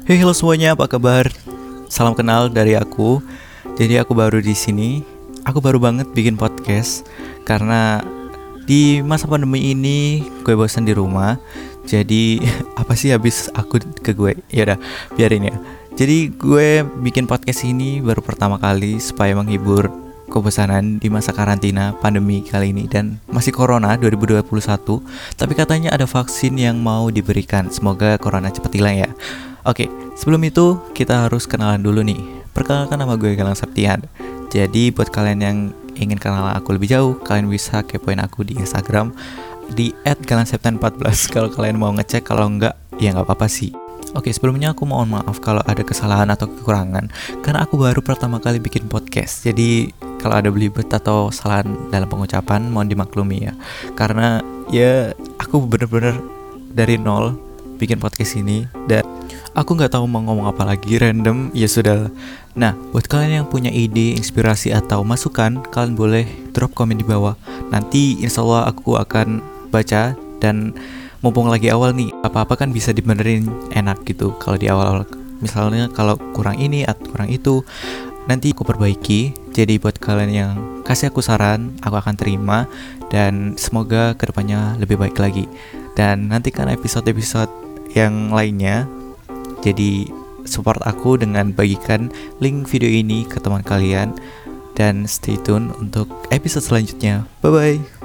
Hey, halo semuanya, apa kabar? Salam kenal dari aku. Jadi aku baru di sini. Aku baru banget bikin podcast karena di masa pandemi ini gue bosan di rumah. Jadi apa sih habis aku ke gue? Ya udah, biarin ya. Jadi gue bikin podcast ini baru pertama kali supaya menghibur kebosanan di masa karantina pandemi kali ini dan masih corona 2021. Tapi katanya ada vaksin yang mau diberikan. Semoga corona cepat hilang ya. Oke, sebelum itu kita harus kenalan dulu nih. Perkenalkan, nama gue Galang Septian. Jadi buat kalian yang ingin kenal aku lebih jauh, kalian bisa kepoin aku di Instagram di @galangseptian14 kalau kalian mau ngecek. Kalau enggak, ya nggak apa-apa sih. Oke, sebelumnya aku mohon maaf kalau ada kesalahan atau kekurangan karena aku baru pertama kali bikin podcast. Jadi kalau ada belibet atau kesalahan dalam pengucapan mohon dimaklumi ya. Karena ya aku bener-bener dari nol bikin podcast ini dan aku nggak tahu mau ngomong apa lagi, random ya sudah. Nah, buat kalian yang punya ide, inspirasi atau masukan, kalian boleh drop komen di bawah. Nanti insya Allah aku akan baca dan mumpung lagi awal nih, apa-apa kan bisa dibenerin enak gitu. Kalau di awal-awal, misalnya kalau kurang ini atau kurang itu, nanti aku perbaiki. Jadi buat kalian yang kasih aku saran, aku akan terima dan semoga kedepannya lebih baik lagi. Dan nantikan episode-episode yang lainnya. Jadi support aku dengan bagikan link video ini ke teman kalian dan stay tune untuk episode selanjutnya. Bye bye.